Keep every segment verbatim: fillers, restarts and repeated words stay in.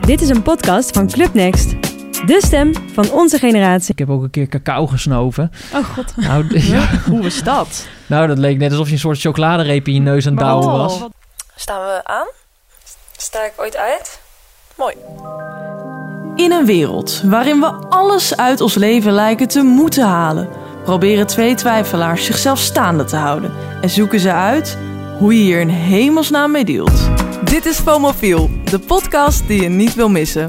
Dit is een podcast van Club Next. De stem van onze generatie. Ik heb ook een keer cacao gesnoven. Oh god. Nou, d- ja. Hoe is dat? nou, dat leek net alsof je een soort chocoladereep in je neus aan het douwen Oh. was. Staan we aan? Sta ik ooit uit? Mooi. In een wereld waarin we alles uit ons leven lijken te moeten halen, proberen twee twijfelaars zichzelf staande te houden en zoeken ze uit hoe je hier in hemelsnaam mee dealt. Dit is FOMOfiel, de podcast die je niet wil missen.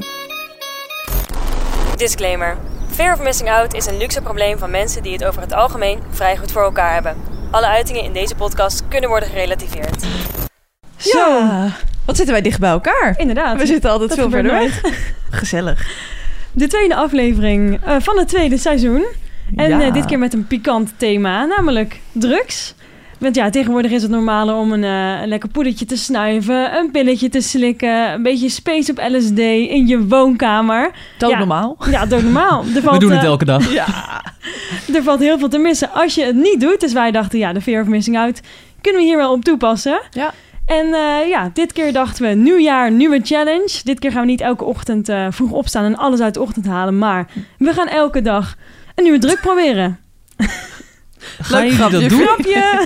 Disclaimer. Fear of missing out is een luxe probleem van mensen die het over het algemeen vrij goed voor elkaar hebben. Alle uitingen in deze podcast kunnen worden gerelativeerd. Zo, ja. Wat zitten wij dicht bij elkaar? Inderdaad. We zitten altijd Dat veel gebeurt verder nooit. weg. Gezellig. De tweede aflevering uh, van het tweede seizoen. En Ja. uh, dit keer met een pikant thema, namelijk drugs. Want ja, tegenwoordig is het normale om een, uh, een lekker poedertje te snuiven, een pilletje te slikken, een beetje space op L S D in je woonkamer. Dood Ja. normaal. Ja, doodnormaal. Er valt, We doen het uh, elke dag. Ja. er valt heel veel te missen als je het niet doet. Dus wij dachten, ja, de fear of missing out kunnen we hier wel op toepassen. Ja. En uh, ja, dit keer dachten we, nieuw jaar, nieuwe challenge. Dit keer gaan we niet elke ochtend uh, vroeg opstaan en alles uit de ochtend halen. Maar we gaan elke dag een nieuwe druk proberen. Gaan Leuk jullie dat grapje, doen? Grapje!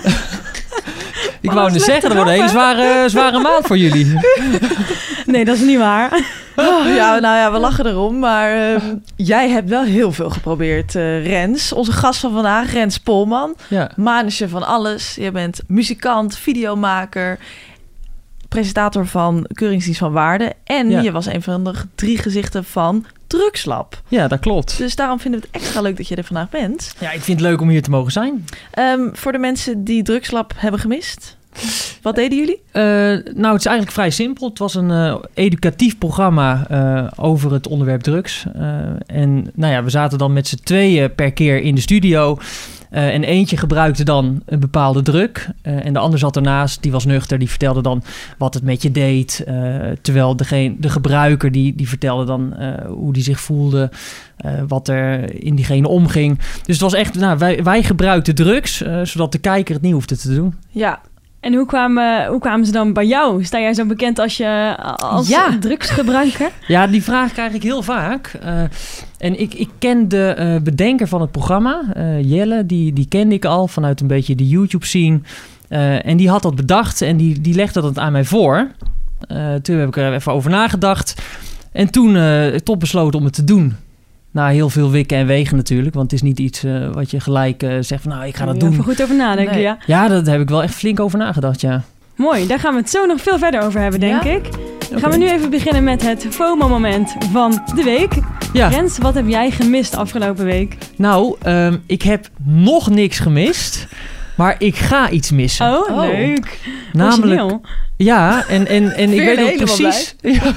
Ik wou net zeggen, dat wordt een hele zware, zware maand voor jullie. Nee, dat is niet waar. Oh, ja, nou ja, we lachen erom, maar uh, jij hebt wel heel veel geprobeerd, uh, Rens. Onze gast van vandaag, Rens Polman. Ja. Manusje van alles. Je bent muzikant, videomaker, presentator van Keuringsdienst van Waarde. En Ja. je was een van de drie gezichten van Drugslab. ja, dat klopt. Dus daarom vinden we het extra leuk dat je er vandaag bent. Ja, ik vind het leuk om hier te mogen zijn. Um, voor de mensen die Drugslab hebben gemist, wat deden jullie? Uh, nou, het is eigenlijk vrij simpel. Het was een uh, educatief programma uh, over het onderwerp drugs. Uh, en nou ja, we zaten dan met z'n tweeën per keer in de studio. Uh, en eentje gebruikte dan een bepaalde drug. Uh, en de ander zat ernaast, die was nuchter. Die vertelde dan wat het met je deed. Uh, terwijl degene, de gebruiker, die, die vertelde dan uh, hoe die zich voelde. Uh, wat er in diegene omging. Dus het was echt, nou, wij, wij gebruikten drugs. Uh, zodat de kijker het niet hoefde te doen. Ja, En hoe kwamen, hoe kwamen ze dan bij jou? Sta jij zo bekend als, je, als Ja. drugsgebruiker? Ja, die vraag krijg ik heel vaak. Uh, en ik, ik ken de uh, bedenker van het programma, uh, Jelle. Die, die kende ik al vanuit een beetje de YouTube-scene. Uh, en die had dat bedacht en die, die legde dat aan mij voor. Uh, toen heb ik er even over nagedacht. En toen uh, toch besloten om het te doen. Na heel veel wikken en wegen natuurlijk. Want het is niet iets uh, wat je gelijk uh, zegt van nou, ik ga dat Ja, doen. even goed over nadenken, Nee. ja. Ja, daar heb ik wel echt flink over nagedacht, ja. Mooi, daar gaan we het zo nog veel verder over hebben, denk Ja? ik. Dan gaan we nu even beginnen met het FOMO-moment van de week. Ja. Rens, wat heb jij gemist afgelopen week? Nou, um, ik heb nog niks gemist. Maar ik ga iets missen. Oh, Oh. leuk. Namelijk, Origineel. ja, en, en, en ik Weer weet ook helemaal precies... Ja,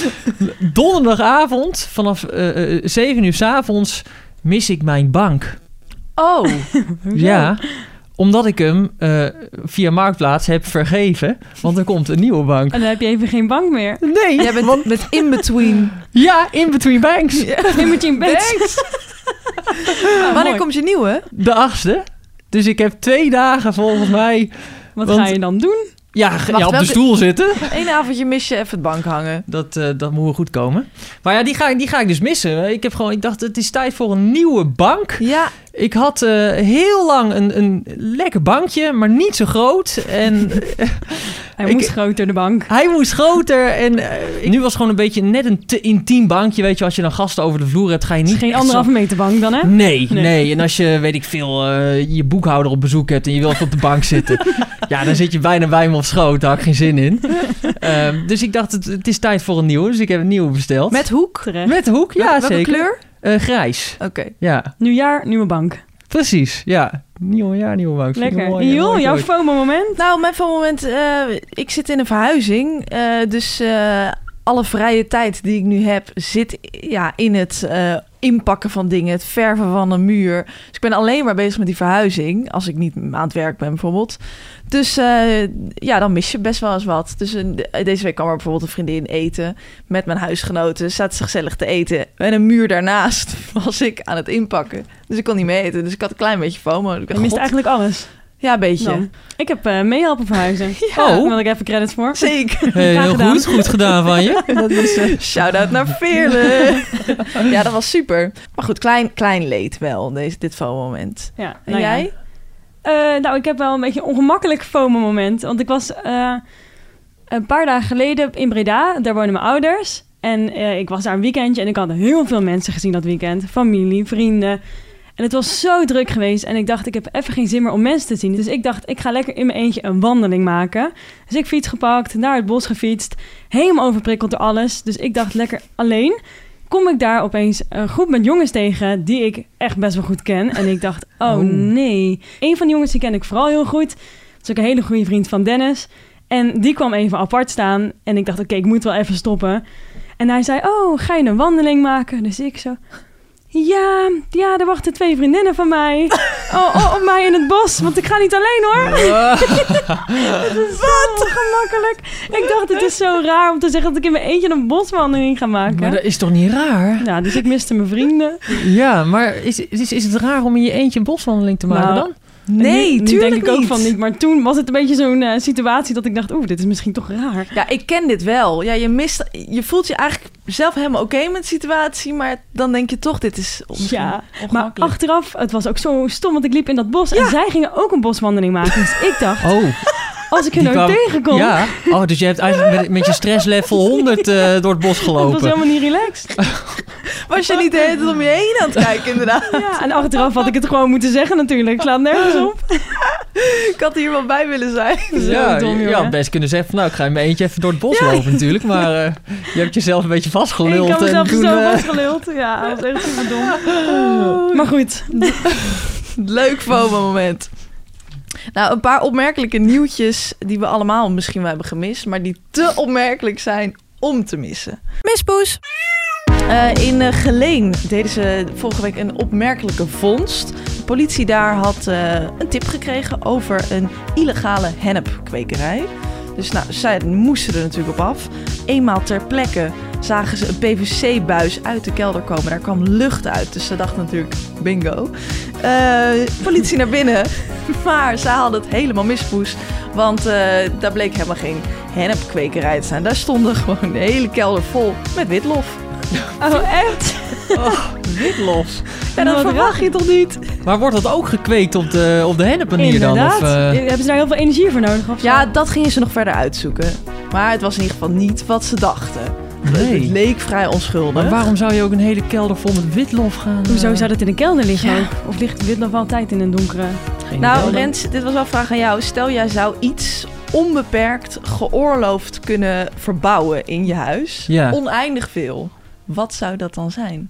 donderdagavond, vanaf uh, uh, zeven uur 's avonds, mis ik mijn bank. oh, Ja, omdat ik hem uh, via Marktplaats heb vergeven. Want er komt een nieuwe bank. En dan heb je even geen bank meer. Nee, jij bent met in-between. ja, in between banks. Nee, moet je in bed. Wanneer mooi. komt je nieuwe? De achtste. Dus ik heb twee dagen volgens mij... Wat Want- ga je dan doen? Ja, ge- Wacht, ja op de welke- stoel zitten. Eén avondje mis je even het bank hangen. Dat, uh, dat moet wel goed komen. Maar ja, die ga, die ga ik dus missen. Ik, heb gewoon, ik dacht, het is tijd voor een nieuwe bank. Ja, Ik had uh, heel lang een, een lekker bankje, maar niet zo groot. En Hij Ik- moest groter, de bank. hij moest groter. En uh, nu was het gewoon een beetje net een te intiem bankje. Weet je, als je dan gasten over de vloer hebt, ga je Het niet... is geen echt anderhalve zo- meter bank dan, hè? Nee, nee, Nee. En als je, weet ik veel, uh, je boekhouder op bezoek hebt en je wil even op de bank zitten. Ja, dan zit je bijna bij me op schoot. Daar had ik geen zin in. Um, dus ik dacht, het, het is tijd voor een nieuwe. Dus ik heb een nieuwe besteld. met hoek. Terecht. Met hoek, ja, Welke zeker. kleur? Uh, grijs, Oké. ja. Nieuwjaar, nieuwe bank. Precies, ja. Nieuw jaar, nieuwe bank. Vind ik een Lekker. mooie- Joh, mooie jouw quote. FOMO-moment? Nou, mijn van moment, uh, ik zit in een verhuizing. Uh, dus uh, alle vrije tijd die ik nu heb, zit ja, in het uh, inpakken van dingen, het verven van een muur. Dus ik ben alleen maar bezig met die verhuizing, als ik niet aan het werk ben bijvoorbeeld. Dus uh, ja, dan mis je best wel eens wat. Dus uh, deze week kwam er bijvoorbeeld een vriendin eten met mijn huisgenoten. Zaten ze gezellig te eten. En een muur daarnaast was ik aan het inpakken. Dus ik kon niet mee eten. Dus ik had een klein beetje FOMO. Ik Je dacht, mist God, eigenlijk alles. Ja, een beetje. Dan. Ik heb uh, meehelpen verhuizen. Ja. Oh, daar wil ik even credits voor. Zeker. Hey, heel gedaan. goed, goed gedaan van je. Dat is uh, shout-out naar Veerle. Ja, dat was super. Maar goed, klein, klein leed wel, deze, dit FOMO-moment. Ja, En nou jij? Ja. Uh, nou, ik heb wel een beetje een ongemakkelijk FOMO-moment. Want ik was uh, een paar dagen geleden in Breda. Daar wonen mijn ouders. En uh, ik was daar een weekendje en ik had heel veel mensen gezien dat weekend. Familie, vrienden. En het was zo druk geweest. En ik dacht, ik heb even geen zin meer om mensen te zien. Dus ik dacht, ik ga lekker in mijn eentje een wandeling maken. Dus ik fiets gepakt, naar het bos gefietst. Helemaal overprikkeld door alles. Dus ik dacht, lekker alleen. Kom ik daar opeens een groep met jongens tegen die ik echt best wel goed ken. En ik dacht, oh, oh. nee. Een van die jongens die ken ik vooral heel goed. Dat is ook een hele goede vriend van Dennis. En die kwam even apart staan. En ik dacht, oké, okay, ik moet wel even stoppen. En hij zei, oh, ga je een wandeling maken? Dus ik zo... Ja, ja, er wachten twee vriendinnen van mij. Oh, oh, op mij in het bos, want ik ga niet alleen hoor. Het is Wat? Zo gemakkelijk. Ik dacht, het is zo raar om te zeggen dat ik in mijn eentje een boswandeling ga maken. Maar dat is toch niet raar? Ja, dus ik miste mijn vrienden. Ja, maar is, is, is het raar om in je eentje een boswandeling te maken nou, dan? Nee, nu, nu tuurlijk denk ik niet. ook van niet. Maar toen was het een beetje zo'n uh, situatie dat ik dacht... oeh, dit is misschien toch raar. Ja, ik ken dit wel. Ja, je, mist, je voelt je eigenlijk zelf helemaal oké okay met de situatie... maar dan denk je toch, dit is ja, maar achteraf, het was ook zo stom... want ik liep in dat bos ja. en zij gingen ook een boswandeling maken. Dus ik dacht... Oh. Als ik er nou kwam... tegenkom... Ja, oh, dus je hebt eigenlijk met, met je stresslevel honderd uh, door het bos gelopen. Dat was helemaal niet relaxed. Was je niet de hele tijd om je heen aan het kijken, inderdaad? Ja, en achteraf had ik het gewoon moeten zeggen natuurlijk. Ik slaat nergens op. Ik had hier wel bij willen zijn. Ja, dom, je had best kunnen zeggen van... nou, ik ga in mijn eentje even door het bos ja. lopen natuurlijk. Maar uh, je hebt jezelf een beetje vastgeluld. Ik heb mezelf en toen, zo uh... vastgeluld. Ja, dat was echt super dom. Oh. Maar goed. Leuk FOMO-moment. Nou, een paar opmerkelijke nieuwtjes die we allemaal misschien wel hebben gemist... maar die te opmerkelijk zijn om te missen. Miss Poes! Uh, in uh, Geleen deden ze vorige week een opmerkelijke vondst. De politie daar had uh, een tip gekregen over een illegale hennepkwekerij. Dus nou, zij moesten er natuurlijk op af. Eenmaal ter plekke zagen ze een P V C-buis uit de kelder komen. Daar kwam lucht uit, dus ze dachten natuurlijk bingo. Uh, politie naar binnen, maar zij hadden het helemaal mispoes. Want uh, daar bleek helemaal geen hennepkwekerij te zijn. Daar stonden gewoon de hele kelder vol met witlof. Oh, echt? Oh, witlof. Ja, dat verwacht je toch niet? Maar wordt dat ook gekweekt op de, op de hennepmanier dan? Of, uh... Hebben ze daar heel veel energie voor nodig? Of ja, dat gingen ze nog verder uitzoeken. Maar het was in ieder geval niet wat ze dachten. Nee. Het leek vrij onschuldig. Maar waarom zou je ook een hele kelder vol met witlof gaan? Uh... Hoezo zou dat in een kelder liggen? Ja. Of ligt witlof altijd in een donkere... Geen nou, kelder. Rens, dit was wel een vraag aan jou. Stel, jij zou iets onbeperkt geoorloofd kunnen verbouwen in je huis. Ja. Oneindig veel. Wat zou dat dan zijn?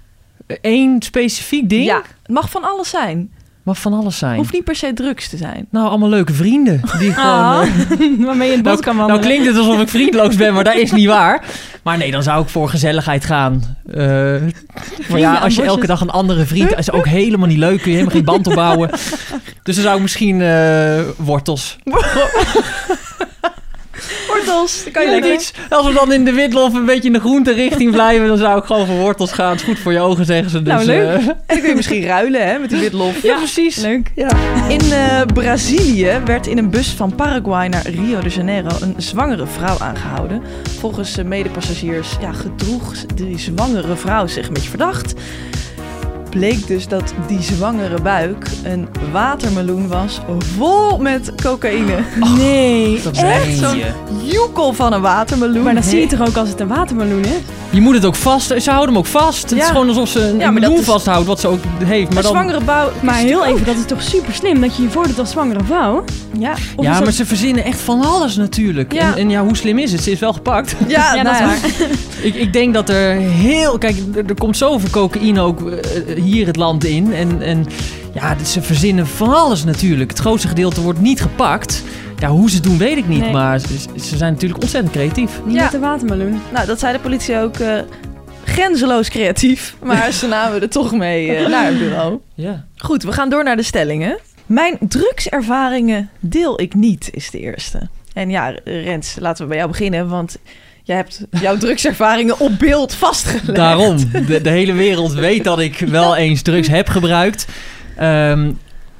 Eén specifiek ding? Ja, het mag van alles zijn. Mag van alles zijn. Hoeft niet per se drugs te zijn. Nou, allemaal leuke vrienden. Die ah, gewoon... Uh... waarmee je in het bos nou, kan wandelen. Nou klinkt het alsof ik vriendloos ben, maar dat is niet waar. Maar nee, dan zou ik voor gezelligheid gaan. Uh, maar ja, als je elke dag een andere vriend... is ook helemaal niet leuk. Kun je helemaal geen band opbouwen. Dus dan zou ik misschien uh, wortels... Wortels, dan kan je ja, lekker. Iets, als we dan in de witlof een beetje in de groente richting blijven... dan zou ik gewoon voor wortels gaan. Het is goed voor je ogen, zeggen ze. Dus, nou, leuk. Uh... En dan kun je misschien ruilen, hè, met die witlof. Ja, ja, precies. Leuk. Ja. In uh, Brazilië werd in een bus van Paraguay naar Rio de Janeiro... een zwangere vrouw aangehouden. Volgens uh, medepassagiers ja, gedroeg die zwangere vrouw zich een beetje verdacht... bleek dus dat die zwangere buik een watermeloen was vol met cocaïne. Oh, nee, dat echt zo'n joekel van een watermeloen. Maar dan zie je toch ook als het een watermeloen is? Je moet het ook vast... Ze houden hem ook vast. Het ja. is gewoon alsof ze een ja, meloen is... vasthoudt, wat ze ook heeft. Maar een dan... zwangere buik... Maar heel even, dat is toch super slim dat je je voordoet als zwangere vrouw? Ja, ja maar dat... ze verzinnen echt van alles natuurlijk. Ja. En, en ja, hoe slim is het? Ze is wel gepakt. Ja, ja nou dat is waar. ik, ik denk dat er heel... Kijk, er, er komt zoveel cocaïne ook uh, hier het land in. En, en ja, ze verzinnen van alles natuurlijk. Het grootste gedeelte wordt niet gepakt. Ja, hoe ze het doen weet ik niet. Nee. Maar ze, ze zijn natuurlijk ontzettend creatief. Niet ja. met de watermeloen. Nou, dat zei de politie ook... Uh, grenzeloos creatief. Maar ze namen er toch mee uh, naar het bureau. Ja. Goed, we gaan door naar de stellingen. Mijn drugservaringen deel ik niet, is de eerste. En ja, Rens, laten we bij jou beginnen, want jij hebt jouw drugservaringen op beeld vastgelegd. Daarom. De, de hele wereld weet dat ik wel eens drugs heb gebruikt. Um,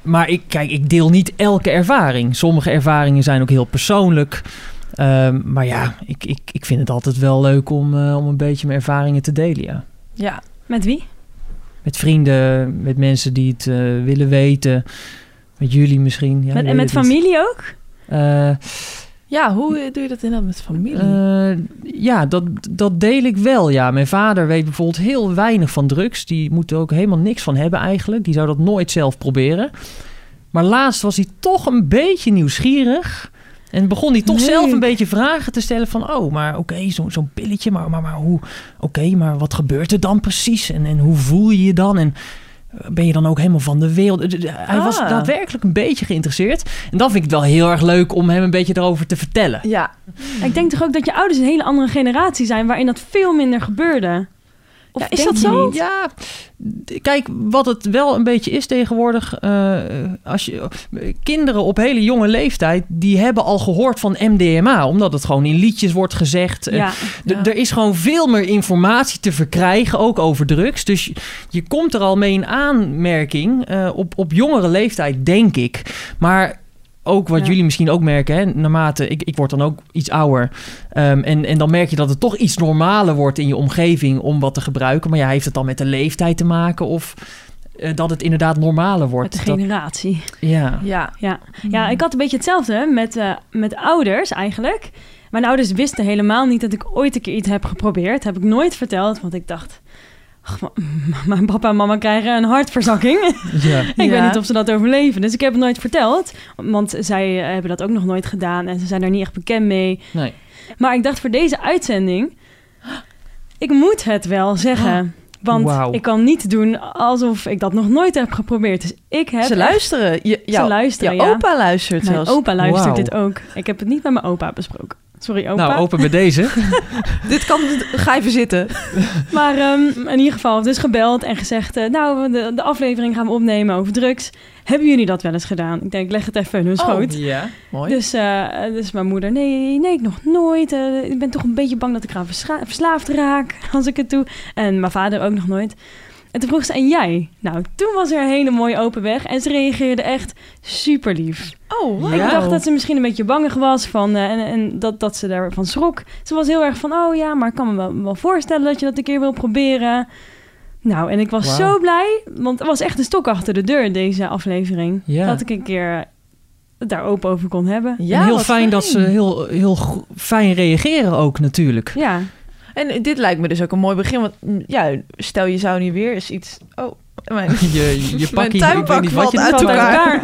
maar ik, kijk, ik deel niet elke ervaring. Sommige ervaringen zijn ook heel persoonlijk. Um, maar ja, ik, ik, ik vind het altijd wel leuk om, uh, om een beetje mijn ervaringen te delen, ja. Ja. Met wie? Met vrienden, met mensen die het uh, willen weten. Met jullie misschien. Ja, met, en met familie niet. ook? Uh, ja, hoe doe je dat inderdaad met familie? Uh, ja, dat, dat deel ik wel, ja. Mijn vader weet bijvoorbeeld heel weinig van drugs. Die moet er ook helemaal niks van hebben eigenlijk. Die zou dat nooit zelf proberen. Maar laatst was hij toch een beetje nieuwsgierig. En begon hij toch nee. zelf een beetje vragen te stellen van... oh, maar oké, okay, zo, zo'n pilletje, maar, maar, maar hoe... oké, okay, maar wat gebeurt er dan precies? En, en hoe voel je je dan? En ben je dan ook helemaal van de wereld? Hij ah. was daadwerkelijk een beetje geïnteresseerd. En dan vind ik het wel heel erg leuk om hem een beetje erover te vertellen. Ja. Ik denk toch ook dat je ouders een hele andere generatie zijn... waarin dat veel minder gebeurde. Of ja, is dat zo? Niet? Ja, kijk, wat het wel een beetje is tegenwoordig... Uh, als je, kinderen op hele jonge leeftijd... die hebben al gehoord van M D M A... omdat het gewoon in liedjes wordt gezegd. Ja, d- ja. Er is gewoon veel meer informatie te verkrijgen... ook over drugs. Dus je, je komt er al mee in aanmerking... Uh, op, op jongere leeftijd, denk ik. Maar... ook wat ja. jullie misschien ook merken, hè, naarmate... Ik, ik word dan ook iets ouder. Um, en, en dan merk je dat het toch iets normaler wordt in je omgeving... om wat te gebruiken. Maar ja, heeft het dan met de leeftijd te maken... of uh, dat het inderdaad normaler wordt? Met de generatie. Dat, ja. Ja. Ja. ja, ik had een beetje hetzelfde met, uh, met ouders eigenlijk. Mijn ouders wisten helemaal niet dat ik ooit een keer iets heb geprobeerd. Heb ik nooit verteld, want ik dacht... Ach, mijn papa en mama krijgen een hartverzakking. Ja. ik ja. weet niet of ze dat overleven. Dus ik heb het nooit verteld. Want zij hebben dat ook nog nooit gedaan. En ze zijn er niet echt bekend mee. Nee. Maar ik dacht voor deze uitzending... ik moet het wel zeggen. Want wow. ik kan niet doen alsof ik dat nog nooit heb geprobeerd. Dus ik heb... Ze luisteren. Je, jou, ze luisteren, je ja. opa luistert mijn zelfs. Mijn opa luistert wow. dit ook. Ik heb het niet met mijn opa besproken. Sorry, opa. Nou, open bij deze. Dit kan... Ga even zitten. Maar um, in ieder geval, dus gebeld en gezegd... Uh, nou, de, de aflevering gaan we opnemen over drugs. Hebben jullie dat wel eens gedaan? Ik denk, leg het even in hun schoot. Oh, ja, mooi. Dus, uh, dus mijn moeder, nee, nee, ik nog nooit. Uh, ik ben toch een beetje bang dat ik eraan versla- verslaafd raak als ik het doe. En mijn vader ook nog nooit. En toen vroeg ze, en jij? Nou, toen was er een hele mooie open weg. En ze reageerde echt super lief. Oh, wow. Ik dacht dat ze misschien een beetje bangig was. Van, uh, en en dat, dat ze daarvan schrok. Ze was heel erg van, oh ja, maar ik kan me wel, wel voorstellen... dat je dat een keer wil proberen. Nou, en ik was wow. zo blij. Want er was echt een stok achter de deur, deze aflevering. Ja. Dat ik een keer daar open over kon hebben. Ja, en heel fijn, fijn dat ze heel, heel go- fijn reageren ook natuurlijk. Ja. En dit lijkt me dus ook een mooi begin. Want ja, stel je zou nu weer eens iets... Oh, mijn, je, je pakkie, mijn tuinpak ik valt uit elkaar.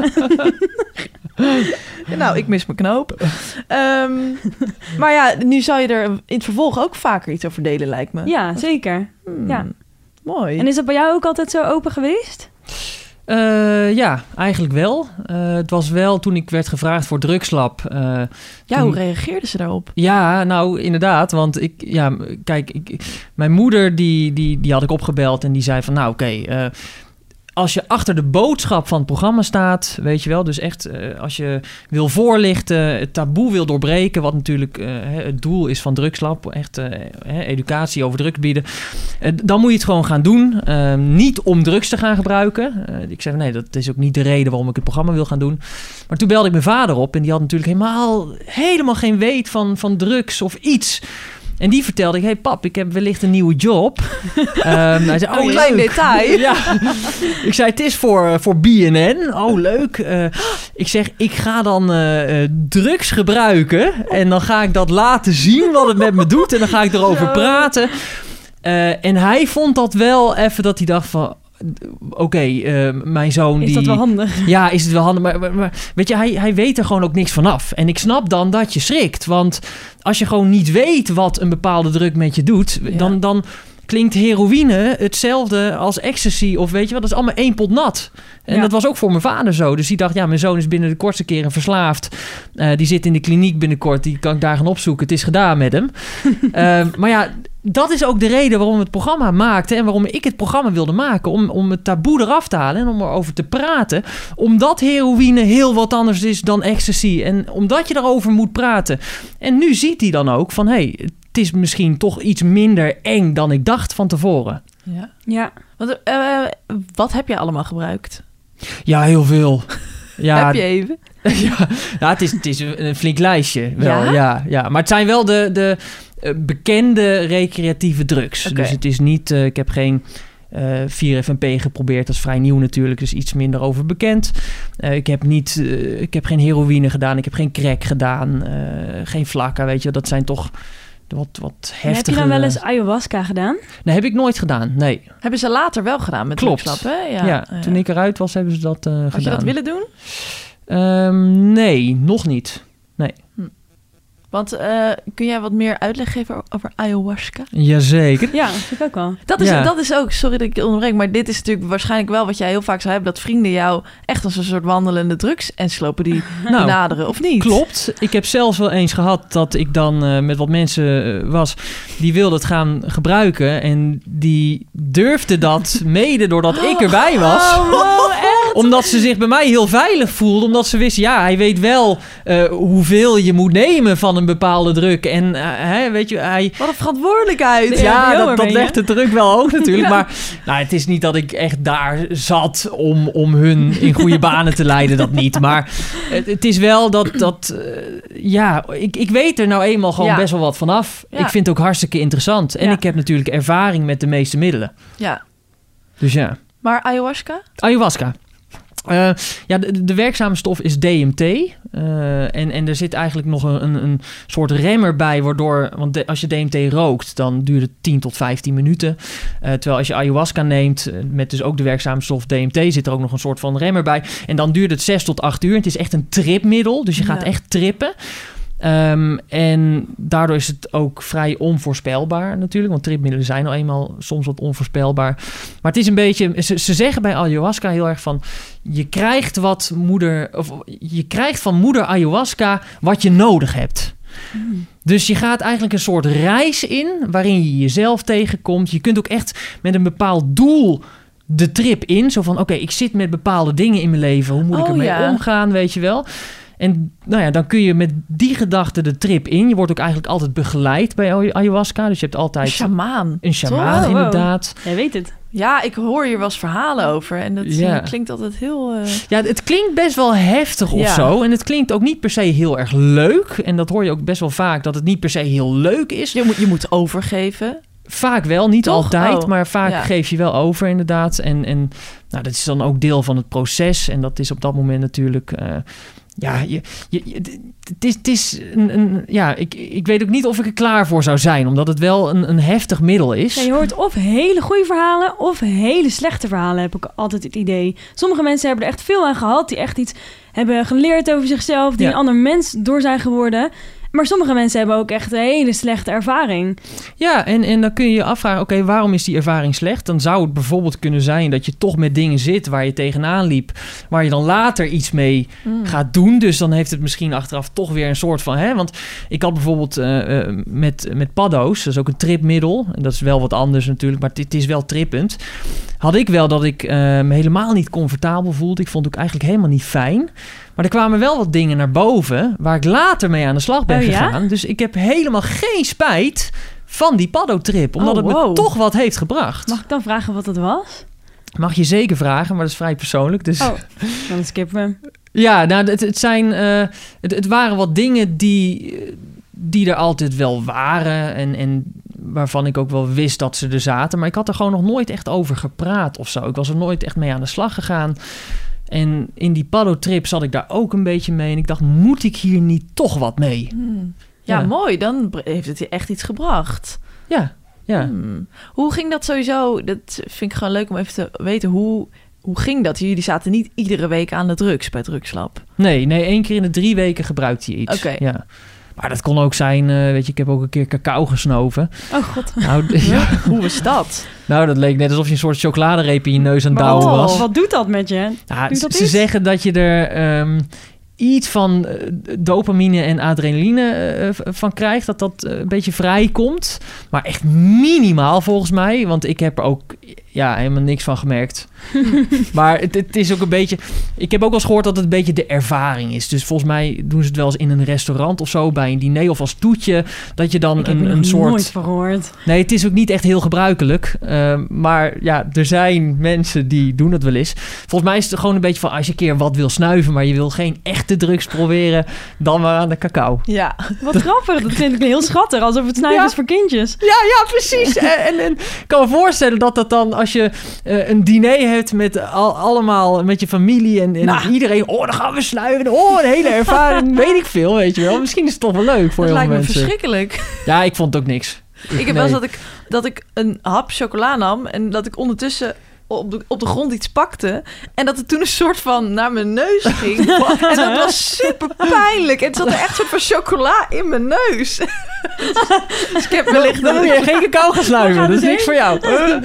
ja, nou, ik mis mijn knoop. Um, maar ja, nu zou je er in het vervolg ook vaker iets over delen, lijkt me. Ja, zeker. Hmm, ja. Mooi. En is dat bij jou ook altijd zo open geweest? Uh, ja, eigenlijk wel. Uh, het was wel toen ik werd gevraagd voor Drugslab. Uh, ja, toen... hoe reageerden ze daarop? Ja, nou inderdaad. Want ik, ja, kijk, ik, mijn moeder die, die, die had ik opgebeld en die zei van, nou oké, okay, uh, als je achter de boodschap van het programma staat, weet je wel, dus echt uh, als je wil voorlichten, het taboe wil doorbreken, wat natuurlijk uh, het doel is van Drugslab, echt uh, educatie over drugs bieden, uh, dan moet je het gewoon gaan doen. Uh, niet om drugs te gaan gebruiken. Uh, ik zei, nee, dat is ook niet de reden waarom ik het programma wil gaan doen. Maar toen belde ik mijn vader op en die had natuurlijk helemaal, helemaal geen weet van, van drugs of iets. En die vertelde ik, hey pap, ik heb wellicht een nieuwe job. um, hij zei, oh, een klein detail. Ja. Ik zei, het is voor, voor B N N. Oh, leuk. Uh, ik zeg, ik ga dan uh, drugs gebruiken. En dan ga ik dat laten zien wat het met me doet. En dan ga ik erover Zo. praten. Uh, en hij vond dat wel even dat hij dacht van... Oké, okay, uh, mijn zoon... Is die, dat wel handig? Ja, is het wel handig. Maar, maar, maar weet je, hij, hij weet er gewoon ook niks vanaf. En ik snap dan dat je schrikt. Want als je gewoon niet weet wat een bepaalde drug met je doet... Ja. Dan, dan klinkt heroïne hetzelfde als ecstasy. Of weet je wat, dat is allemaal één pot nat. En ja. dat was ook voor mijn vader zo. Dus die dacht, ja, mijn zoon is binnen de kortste keren verslaafd. Uh, die zit in de kliniek binnenkort. Die kan ik daar gaan opzoeken. Het is gedaan met hem. uh, maar ja... Dat is ook de reden waarom we het programma maakten... en waarom ik het programma wilde maken... om, om het taboe eraf te halen en om erover te praten. Omdat heroïne heel wat anders is dan ecstasy. En omdat je daarover moet praten. En nu ziet hij dan ook van... hey, het is misschien toch iets minder eng dan ik dacht van tevoren. Ja. ja. Want, uh, wat heb je allemaal gebruikt? Ja, heel veel. Ja, Heb je even? ja, ja, het is, het is een, een flink lijstje. Wel, Ja? ja? Ja, maar het zijn wel de, de uh, bekende recreatieve drugs. Oké. Dus het is niet... Uh, ik heb geen uh, vier F M P geprobeerd. Dat is vrij nieuw natuurlijk. Dus iets minder over bekend. Uh, ik heb niet... Uh, ik heb geen heroïne gedaan. Ik heb geen crack gedaan. Uh, geen flakka, weet je. Dat zijn toch wat, wat heftige... Heb je dan wel eens ayahuasca gedaan? Nee, heb ik nooit gedaan. Nee. Hebben ze later wel gedaan met Klopt. drugslab, hè? Ja, ja, toen ik eruit was, hebben ze dat uh, gedaan. Had je dat willen doen? Um, nee, nog niet. Nee. Want uh, kun jij wat meer uitleg geven over ayahuasca? Jazeker. Ja, dat vind ik ook wel. Dat is, Ja. dat is ook, sorry dat ik je onderbreek, maar dit is natuurlijk waarschijnlijk wel wat jij heel vaak zou hebben, dat vrienden jou echt als een soort wandelende drugs-encyclopedie Nou, benaderen, of niet? Klopt. Ik heb zelfs wel eens gehad dat ik dan uh, met wat mensen uh, was die wilden het gaan gebruiken en die durfden dat mede doordat ik erbij was. Oh, wow, echt? Omdat ze zich bij mij heel veilig voelden. Omdat ze wisten, ja, hij weet wel uh, hoeveel je moet nemen van een bepaalde druk. En uh, hè, weet je, hij... Wat een verantwoordelijkheid. Ja, Ja, joh, dat, dat ben je? legt de druk wel hoog natuurlijk. Ja. Maar nou, het is niet dat ik echt daar zat om, om hun in goede banen te leiden. Dat niet. Maar het, het is wel dat... dat uh, ja, ik, ik weet er nou eenmaal gewoon Ja. best wel wat vanaf. Ja. Ik vind het ook hartstikke interessant. En Ja. ik heb natuurlijk ervaring met de meeste middelen. Ja, Dus ja. maar ayahuasca? Ayahuasca. Uh, ja, de, de werkzame stof is D M T. Uh, en, en er zit eigenlijk nog een, een, een soort remmer bij, waardoor... Want de, als je D M T rookt, dan duurt het tien tot vijftien minuten. Uh, terwijl als je ayahuasca neemt, uh, met dus ook de werkzame stof D M T... zit er ook nog een soort van remmer bij. En dan duurt het zes tot acht uur. Het is echt een tripmiddel, dus je gaat Ja. echt trippen. Um, en daardoor is het ook vrij onvoorspelbaar natuurlijk. Want tripmiddelen zijn nou eenmaal soms wat onvoorspelbaar. Maar het is een beetje... Ze, ze zeggen bij ayahuasca heel erg van... Je krijgt wat moeder... Of je krijgt van moeder ayahuasca wat je nodig hebt. Mm. Dus je gaat eigenlijk een soort reis in... waarin je jezelf tegenkomt. Je kunt ook echt met een bepaald doel... de trip in. Zo van, oké, okay, ik zit met bepaalde dingen in mijn leven. Hoe moet ik Oh, ermee ja. omgaan, weet je wel? En nou ja, dan kun je met die gedachte de trip in. Je wordt ook eigenlijk altijd begeleid bij ayahuasca. Dus je hebt altijd Een sjamaan. een sjamaan, Toch? Oh, wow. inderdaad. Jij weet het. Ja, ik hoor hier wel eens verhalen over. En dat Ja. uh, klinkt altijd heel... Uh... Ja, het klinkt best wel heftig of Ja. zo. En het klinkt ook niet per se heel erg leuk. En dat hoor je ook best wel vaak, dat het niet per se heel leuk is. Je moet, je moet overgeven. Vaak wel, niet Toch? altijd, Oh, maar vaak ja. geef je wel over inderdaad. En, en nou, dat is dan ook deel van het proces. En dat is op dat moment natuurlijk... Uh, ja, je, je, je, het is, het is een, een... Ja, ik, ik weet ook niet of ik er klaar voor zou zijn. Omdat het wel een, een heftig middel is. Ja, je hoort of hele goede verhalen of hele slechte verhalen, heb ik altijd het idee. Sommige mensen hebben er echt veel aan gehad, die echt iets hebben geleerd over zichzelf, die Ja. een ander mens door zijn geworden. Maar sommige mensen hebben ook echt een hele slechte ervaring. Ja, en, en dan kun je je afvragen, oké, okay, waarom is die ervaring slecht? Dan zou het bijvoorbeeld kunnen zijn dat je toch met dingen zit waar je tegenaan liep, waar je dan later iets mee Mm. gaat doen. Dus dan heeft het misschien achteraf toch weer een soort van... Hè? Want ik had bijvoorbeeld uh, uh, met, met paddo's, dat is ook een tripmiddel. En dat is wel wat anders natuurlijk, maar het, het is wel trippend. Had ik wel dat ik uh, me helemaal niet comfortabel voelde. Ik vond het ook eigenlijk helemaal niet fijn. Maar er kwamen wel wat dingen naar boven waar ik later mee aan de slag ben Oh, ja? gegaan. Dus ik heb helemaal geen spijt van die paddo-trip. Omdat Oh, het wow. me toch wat heeft gebracht. Mag ik dan vragen wat het was? Mag je zeker vragen, maar dat is vrij persoonlijk. Dus Oh, dan skippen we. ja, nou, het, het zijn... Uh, het, het waren wat dingen die, die er altijd wel waren. En, en waarvan ik ook wel wist dat ze er zaten. Maar ik had er gewoon nog nooit echt over gepraat of zo. Ik was er nooit echt mee aan de slag gegaan. En in die paddo-trip zat ik daar ook een beetje mee. En ik dacht, moet ik hier niet toch wat mee? Hmm. Ja, Ja. mooi. Dan bre- heeft het je echt iets gebracht. Ja, ja. Hmm. Hoe ging dat sowieso? Dat vind ik gewoon leuk om even te weten. Hoe, hoe ging dat? Jullie zaten niet iedere week aan de drugs bij Drugslab. Nee, nee, één keer in de drie weken gebruikte je iets. Oké. Ja. Maar dat kon ook zijn, uh, weet je, ik heb ook een keer cacao gesnoven. Oh god. Nou, d- ja, Hoe was dat? nou, dat leek net alsof je een soort chocoladereep in je neus aan het Maar douwen wat- was. Wat doet dat met je? Ja, Doet ze dat ze iets? zeggen dat je er um, iets van uh, dopamine en adrenaline uh, v- van krijgt. Dat dat uh, een beetje vrijkomt. Maar echt minimaal volgens mij. Want ik heb er ook ja, helemaal niks van gemerkt. Maar het, het is ook een beetje... Ik heb ook wel eens gehoord dat het een beetje de ervaring is. Dus volgens mij doen ze het wel eens in een restaurant of zo... bij een diner of als toetje... dat je dan Ik heb een, er een nog soort... nooit van gehoord. Nee, het is ook niet echt heel gebruikelijk. Uh, maar ja, er zijn mensen die doen dat wel eens. Volgens mij is het gewoon een beetje van... als je een keer wat wil snuiven... maar je wil geen echte drugs proberen... dan maar aan de cacao. Ja. Wat grappig. Dat vind ik heel schattig. Alsof het snuiven Ja. is voor kindjes. Ja, ja, precies. en, en, en ik kan me voorstellen dat dat dan... als je uh, een diner hebt met al, allemaal... met je familie en, en Nou. iedereen... oh, dan gaan we snuiven. Oh, een hele ervaring. Weet ik veel, weet je wel. Misschien is het toch wel leuk voor Dat heel veel lijkt me mensen. verschrikkelijk. Ja, ik vond het ook niks. Ik heb wel eens dat ik, dat ik een hap chocola nam... en dat ik ondertussen op de, op de grond iets pakte... en dat het toen een soort van naar mijn neus ging. En dat was super pijnlijk. En het zat er echt een soort van chocola in mijn neus. Dus ik heb wellicht... Dan moet je geen cacao gaan snuiven. Dat is niks voor jou.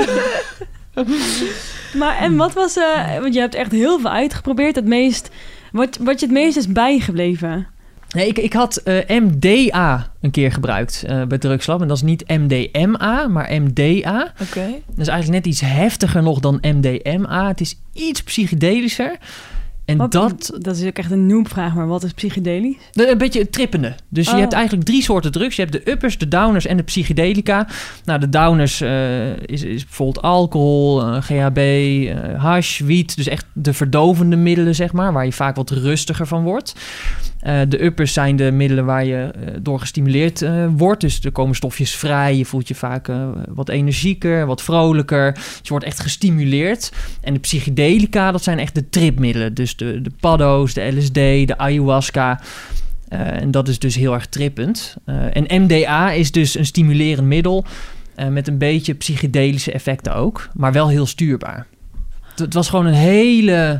Maar en wat was... Uh, want je hebt echt heel veel uitgeprobeerd. Het meest... Wat, wat je het meest is bijgebleven? Nee, ik, ik had uh, M D A een keer gebruikt uh, bij Drugslab. En dat is niet M D M A, maar M D A. Oké. Okay. Dat is eigenlijk net iets heftiger nog dan M D M A. Het is iets psychedelischer. En wat, dat... Dat is ook echt een noobvraag, maar wat is psychedelisch? De, een beetje trippende. Dus oh. je hebt eigenlijk drie soorten drugs. Je hebt de uppers, de downers en de psychedelica. Nou, de downers uh, is, is bijvoorbeeld alcohol, uh, G H B, uh, hash, wiet. Dus echt de verdovende middelen, zeg maar. Waar je vaak wat rustiger van wordt. Uh, de uppers zijn de middelen waar je uh, door gestimuleerd uh, wordt. Dus er komen stofjes vrij. Je voelt je vaak uh, wat energieker, wat vrolijker. Dus je wordt echt gestimuleerd. En de psychedelica, dat zijn echt de tripmiddelen. Dus de, de paddo's, de L S D, de ayahuasca. Uh, en dat is dus heel erg trippend. Uh, en M D A is dus een stimulerend middel... Uh, met een beetje psychedelische effecten ook. Maar wel heel stuurbaar. Het, het was gewoon een hele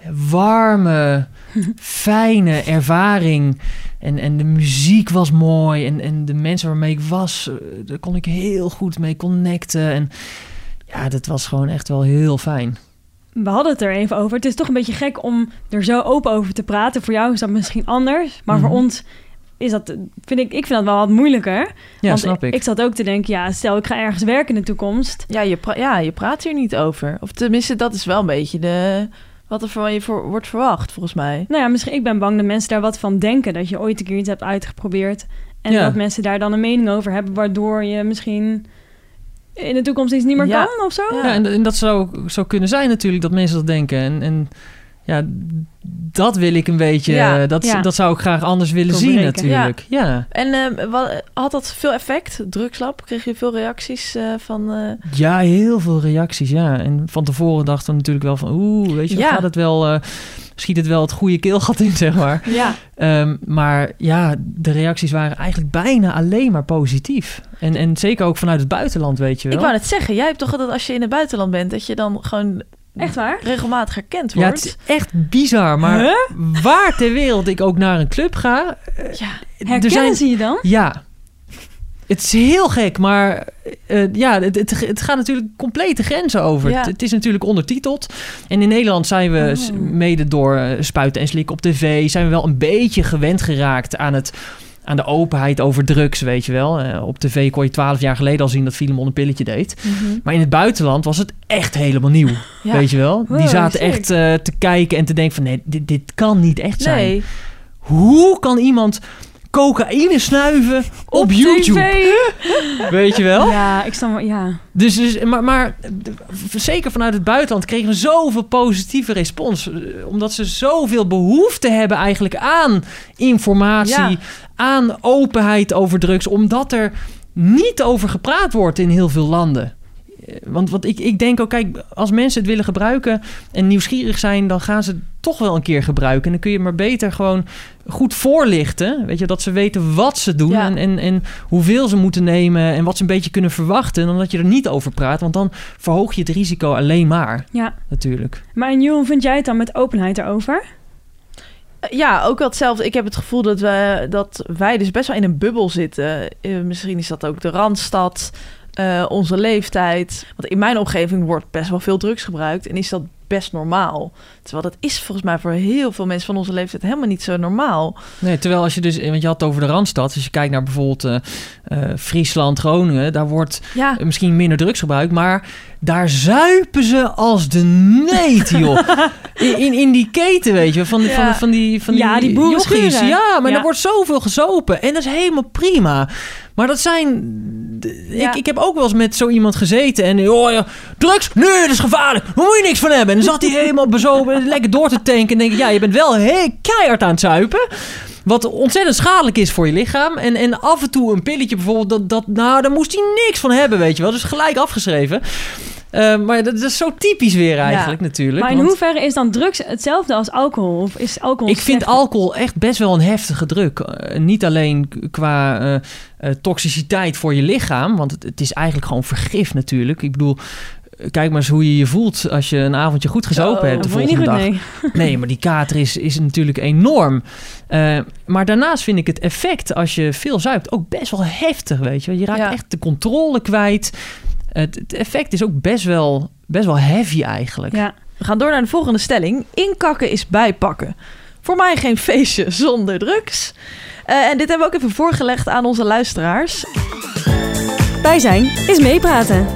warme, fijne ervaring. En, en de muziek was mooi. En, en de mensen waarmee ik was, daar kon ik heel goed mee connecten. En ja, dat was gewoon echt wel heel fijn. We hadden het er even over. Het is toch een beetje gek om er zo open over te praten. Voor jou is dat misschien anders. Maar mm-hmm. voor ons is dat, vind ik, ik vind dat wel wat moeilijker. Ja, want snap ik. Ik zat ook te denken, ja, stel ik ga ergens werken in de toekomst. Ja, je, pra- ja, je praat hier niet over. Of tenminste, dat is wel een beetje de... wat er van je voor wordt verwacht, volgens mij. Nou ja, misschien ik ben bang dat mensen daar wat van denken. Dat je ooit een keer iets hebt uitgeprobeerd. En ja. dat mensen daar dan een mening over hebben. Waardoor je misschien in de toekomst iets niet meer ja. kan of zo. Ja, en, en dat zou, zou kunnen zijn natuurlijk, dat mensen dat denken. En, en ja, dat wil ik een beetje... Ja. Dat, ja. dat zou ik graag anders willen Kom zien breken. natuurlijk. Ja. ja. En uh, wat, had dat veel effect, Drugslab? Kreeg je veel reacties uh, van... Uh... Ja, heel veel reacties, ja. En van tevoren dachten we natuurlijk wel van... oeh, weet je, ja. gaat het wel... Uh, schiet het wel het goede keelgat in, zeg maar. Ja. Um, maar ja, de reacties waren eigenlijk bijna alleen maar positief. En, en zeker ook vanuit het buitenland, weet je wel. Ik wou net zeggen, jij hebt toch dat als je in het buitenland bent... dat je dan gewoon... Echt waar? Regelmatig herkend wordt. Ja, het is echt bizar. Maar huh? waar ter wereld ik ook naar een club ga... Ja. Herkennen zijn, ze je dan? Ja. Het is heel gek, maar uh, ja, het, het, het gaat natuurlijk complete grenzen over. Ja. Het, het is natuurlijk ondertiteld. En in Nederland zijn we oh. mede door uh, spuiten en slikken op tv... zijn we wel een beetje gewend geraakt aan het... aan de openheid over drugs, weet je wel. Uh, op tv kon je twaalf jaar geleden al zien dat Filemon een pilletje deed. Mm-hmm. Maar in het buitenland was het echt helemaal nieuw, ja. weet je wel. Die zaten wow, echt uh, te kijken en te denken van... nee, dit, dit kan niet echt zijn. Nee. Hoe kan iemand cocaïne snuiven op, op YouTube? Weet je wel? Ja, ik snap, ja. Dus, dus maar, maar zeker vanuit het buitenland kregen we zoveel positieve respons. Omdat ze zoveel behoefte hebben eigenlijk aan informatie... Ja. aan openheid over drugs, omdat er niet over gepraat wordt in heel veel landen. Want wat ik, ik denk ook, kijk, als mensen het willen gebruiken en nieuwsgierig zijn, dan gaan ze het toch wel een keer gebruiken. En dan kun je maar beter gewoon goed voorlichten, weet je, dat ze weten wat ze doen ja. en, en, en hoeveel ze moeten nemen en wat ze een beetje kunnen verwachten, dan dat je er niet over praat, want dan verhoog je het risico alleen maar. Ja, natuurlijk. Maar en Johan, vind jij het dan met openheid erover? Ja, ook wel hetzelfde. Ik heb het gevoel dat, we, dat wij dus best wel in een bubbel zitten. Uh, misschien is dat ook de Randstad, uh, onze leeftijd. Want in mijn omgeving wordt best wel veel drugs gebruikt. En is dat best normaal. Terwijl dat is volgens mij voor heel veel mensen van onze leeftijd helemaal niet zo normaal. Nee, terwijl als je dus, want je had het over de Randstad, als je kijkt naar bijvoorbeeld uh, uh, Friesland, Groningen, daar wordt ja. uh, misschien minder drugs gebruikt, maar daar zuipen ze als de neet, joh. In, in, in die keten, weet je, van, ja. van, van die van die, ja, die jochies. Ja, maar ja. er wordt zoveel gezopen en dat is helemaal prima. Maar dat zijn... Ja. Ik, ik heb ook wel eens met zo iemand gezeten en... Oh ja, drugs? Nee, dat is gevaarlijk. Daar moet je niks van hebben. En dan zat hij helemaal bezopen, lekker door te tanken. En denk ik, ja, je bent wel heel keihard aan het zuipen. Wat ontzettend schadelijk is voor je lichaam. En, en af en toe een pilletje bijvoorbeeld, dat, dat, nou, daar moest hij niks van hebben, weet je wel. Dus gelijk afgeschreven. Uh, maar dat, dat is zo typisch weer eigenlijk, ja. natuurlijk. Maar in want... hoeverre is dan drugs hetzelfde als alcohol? Of is alcohol Ik vind alcohol echt best wel een heftige druk. Uh, niet alleen qua uh, uh, toxiciteit voor je lichaam, want het, het is eigenlijk gewoon vergif natuurlijk. Ik bedoel, kijk maar eens hoe je je voelt als je een avondje goed gezopen oh, hebt de volgende dag. Nee. nee, maar die kater is, is natuurlijk enorm. Uh, maar daarnaast vind ik het effect als je veel zuipt ook best wel heftig, weet je. Je raakt ja. echt de controle kwijt. Het, het effect is ook best wel, best wel heavy eigenlijk. Ja. We gaan door naar de volgende stelling. Inkakken is bijpakken. Voor mij geen feestje zonder drugs. Uh, en dit hebben we ook even voorgelegd aan onze luisteraars. Bij zijn is meepraten.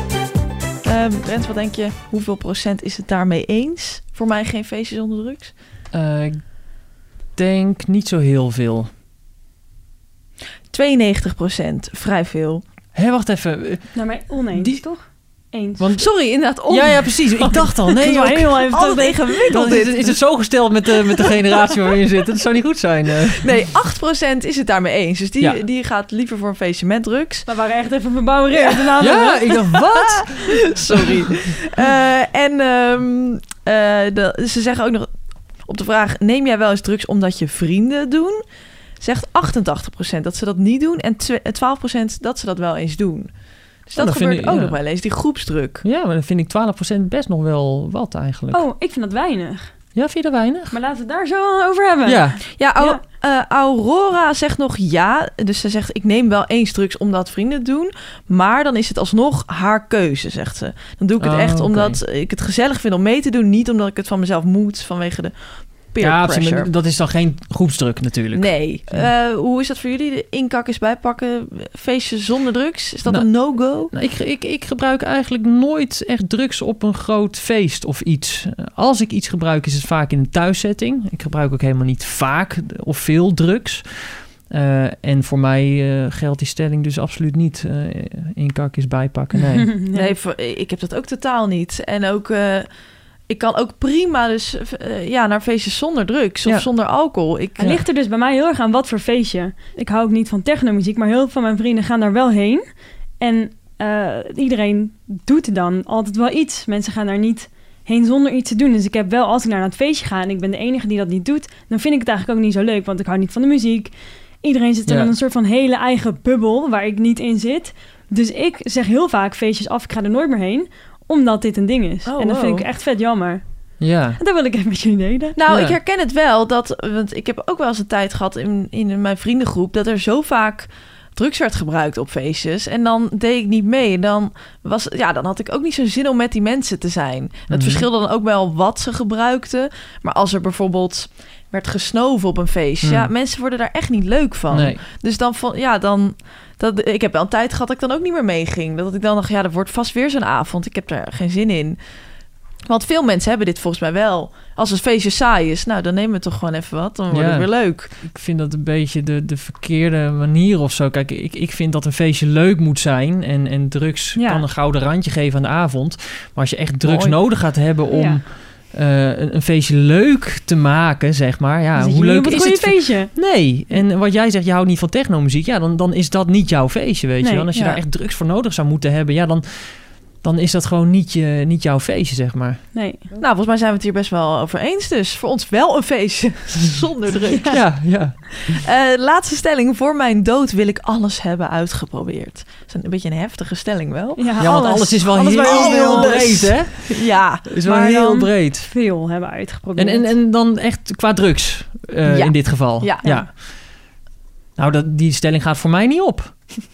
Uh, Rens, wat denk je? Hoeveel procent is het daarmee eens? Voor mij geen feestje zonder drugs? Uh, ik denk niet zo heel veel. tweeënnegentig procent, vrij veel. Hé, wacht even. Nou, maar oneens, die... toch? Eens. Want, Sorry, inderdaad. On... Ja, ja, precies. Ik dacht al. Nee, joh, heel even altijd ingewikkeld. Is, is het zo gesteld met de, met de generatie waarin je zit? Dat zou niet goed zijn. Uh. Nee, acht procent is het daarmee eens. Dus die, ja. die gaat liever voor een feestje met drugs. We waren echt even verbouwereerd. Ja, ja ik dacht, wat? Sorry. uh, en um, uh, de, ze zeggen ook nog op de vraag, neem jij wel eens drugs omdat je vrienden doen? Zegt achtentachtig procent dat ze dat niet doen. En twaalf procent dat ze dat wel eens doen. Dus dat, oh, dat gebeurt ik, ook ja. nog wel eens, die groepsdruk. Ja, maar dan vind ik twaalf procent best nog wel wat eigenlijk. Oh, ik vind dat weinig. Ja, vind je dat weinig? Maar laten we het daar zo over hebben. Ja, ja, Au- ja. Uh, Aurora zegt nog ja. Dus ze zegt, ik neem wel eens drugs omdat vrienden het doen. Maar dan is het alsnog haar keuze, zegt ze. Dan doe ik het oh, echt okay. omdat ik het gezellig vind om mee te doen. Niet omdat ik het van mezelf moet vanwege de... Ja, maar dat is dan geen groepsdruk natuurlijk. Nee. Uh, hoe is dat voor jullie? De inkak is bijpakken, feestje zonder drugs? Is dat nou, een no-go? Nou, ik, ik, ik gebruik eigenlijk nooit echt drugs op een groot feest of iets. Als ik iets gebruik, is het vaak in een thuissetting. Ik gebruik ook helemaal niet vaak of veel drugs. Uh, en voor mij uh, geldt die stelling dus absoluut niet. Uh, inkak is bijpakken, nee. nee, voor, ik heb dat ook totaal niet. En ook... Uh, Ik kan ook prima dus uh, ja, naar feestjes zonder drugs of ja. zonder alcohol. Ik, Het uh... ligt er dus bij mij heel erg aan wat voor feestje. Ik hou ook niet van technomuziek, maar heel veel van mijn vrienden gaan daar wel heen. En uh, iedereen doet er dan altijd wel iets. Mensen gaan daar niet heen zonder iets te doen. Dus ik heb wel, als ik naar het feestje ga en ik ben de enige die dat niet doet, dan vind ik het eigenlijk ook niet zo leuk, want ik hou niet van de muziek. Iedereen zit er ja. in een soort van hele eigen bubbel waar ik niet in zit. Dus ik zeg heel vaak feestjes af, ik ga er nooit meer heen, omdat dit een ding is. Oh, en dat wow. vind ik echt vet jammer. Ja. En dat wil ik even met jullie delen. Nou, ja. ik herken het wel. Dat, want ik heb ook wel eens een tijd gehad in, in mijn vriendengroep dat er zo vaak drugs werd gebruikt op feestjes. En dan deed ik niet mee. En dan, was, ja, dan had ik ook niet zo'n zin om met die mensen te zijn. Het mm-hmm. verschilde dan ook wel wat ze gebruikten. Maar als er bijvoorbeeld werd gesnoven op een feest, mm. ja, mensen worden daar echt niet leuk van. Nee. Dus dan van, ja, dan... Dat, ik heb wel een tijd gehad dat ik dan ook niet meer meeging. Dat ik dan dacht, ja, dat wordt vast weer zo'n avond. Ik heb daar geen zin in. Want veel mensen hebben dit volgens mij wel. Als het feestje saai is, nou, dan nemen we toch gewoon even wat. Dan wordt ja, het weer leuk. Ik vind dat een beetje de, de verkeerde manier of zo. Kijk, ik, ik vind dat een feestje leuk moet zijn. En, en drugs ja. kan een gouden randje geven aan de avond. Maar als je echt drugs Mooi. nodig gaat hebben om... Ja. Uh, een, een feestje leuk te maken, zeg maar. Ja, hoe leuk is het? Feestje. Nee. En wat jij zegt, je houdt niet van technomuziek. Ja, dan, dan is dat niet jouw feestje, weet nee, je wel. En als je ja. daar echt drugs voor nodig zou moeten hebben, ja, dan, dan is dat gewoon niet, je, niet jouw feestje, zeg maar. Nee. Nou, volgens mij zijn we het hier best wel over eens. Dus voor ons wel een feestje zonder drugs. Ja, ja. Uh, laatste stelling. Voor mijn dood wil ik alles hebben uitgeprobeerd. Dat is een beetje een heftige stelling wel. Ja, ja want alles, alles is wel alles heel, heel breed, hè? Ja. Is wel heel breed. Veel hebben uitgeprobeerd. En, en, en dan echt qua drugs, uh, ja. in dit geval. Ja. ja. Nou, dat, die stelling gaat voor mij niet op.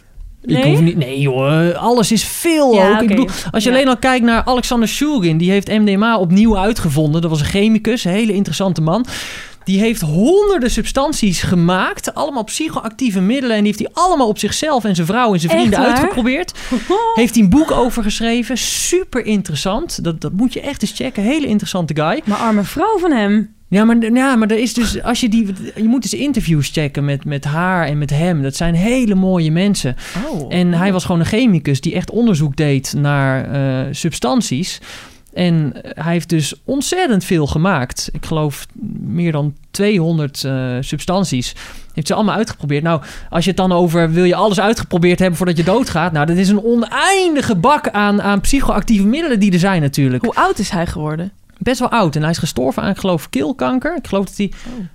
Nee? Ik hoef niet, nee joh, alles is veel Ja, ook. oké. Ik bedoel, als je Ja. alleen al kijkt naar Alexander Shulgin, die heeft M D M A opnieuw uitgevonden. Dat was een chemicus, een hele interessante man. Die heeft honderden substanties gemaakt, allemaal psychoactieve middelen. En die heeft hij allemaal op zichzelf en zijn vrouw en zijn vrienden Echt waar? uitgeprobeerd. Heeft hij een boek over geschreven, super interessant. Dat, dat moet je echt eens checken, hele interessante guy. Maar arme vrouw van hem. Ja, maar, ja, maar er is dus, als je die, je moet dus interviews checken met, met haar en met hem. Dat zijn hele mooie mensen. Oh. En hij was gewoon een chemicus die echt onderzoek deed naar uh, substanties. En hij heeft dus ontzettend veel gemaakt. Ik geloof meer dan tweehonderd uh, substanties. Heeft ze allemaal uitgeprobeerd. Nou, als je het dan over wil je alles uitgeprobeerd hebben voordat je doodgaat. Nou, dat is een oneindige bak aan, aan psychoactieve middelen die er zijn natuurlijk. Hoe oud is hij geworden? Best wel oud. En hij is gestorven aan, ik geloof, keelkanker. Ik geloof dat hij Oh.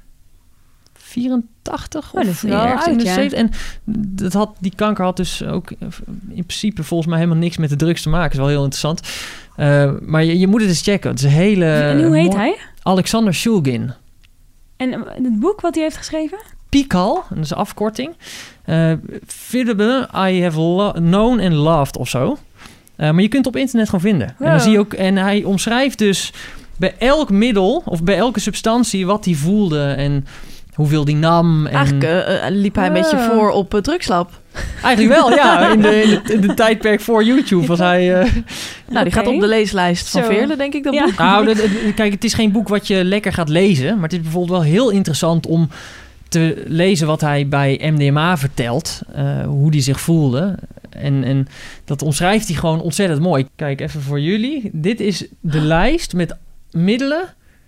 vierentachtig Oh, dat of is wel ergens in oud, de ja. zeventig. En dat had, die kanker had dus ook in principe volgens mij helemaal niks met de drugs te maken. Dat is wel heel interessant. Uh, maar je, je moet het eens checken. Het is een hele... En hoe heet mooi- hij? Alexander Shulgin. En uh, het boek wat hij heeft geschreven? Pikal, dat is een afkorting. Uh, Philippe, I have lo- known and loved of zo. Uh, maar je kunt het op internet gewoon vinden. En, dan Wow. zie je ook, en hij omschrijft dus bij elk middel of bij elke substantie wat hij voelde en hoeveel die nam. En Eigenlijk uh, uh, liep hij een Wow. beetje voor op uh, drugslab. Eigenlijk wel, ja. In de, in de, in de tijdperk voor YouTube was hij... Uh... Nou, die Oké. gaat op de leeslijst van Zo. Veerle, denk ik. Dat Ja. boek. Nou, dat- dat- kijk, het is geen boek wat je lekker gaat lezen. Maar het is bijvoorbeeld wel heel interessant om te lezen wat hij bij M D M A vertelt. Uh, hoe hij zich voelde. En, en dat omschrijft hij gewoon ontzettend mooi. Kijk, even voor jullie. Dit is de lijst met middelen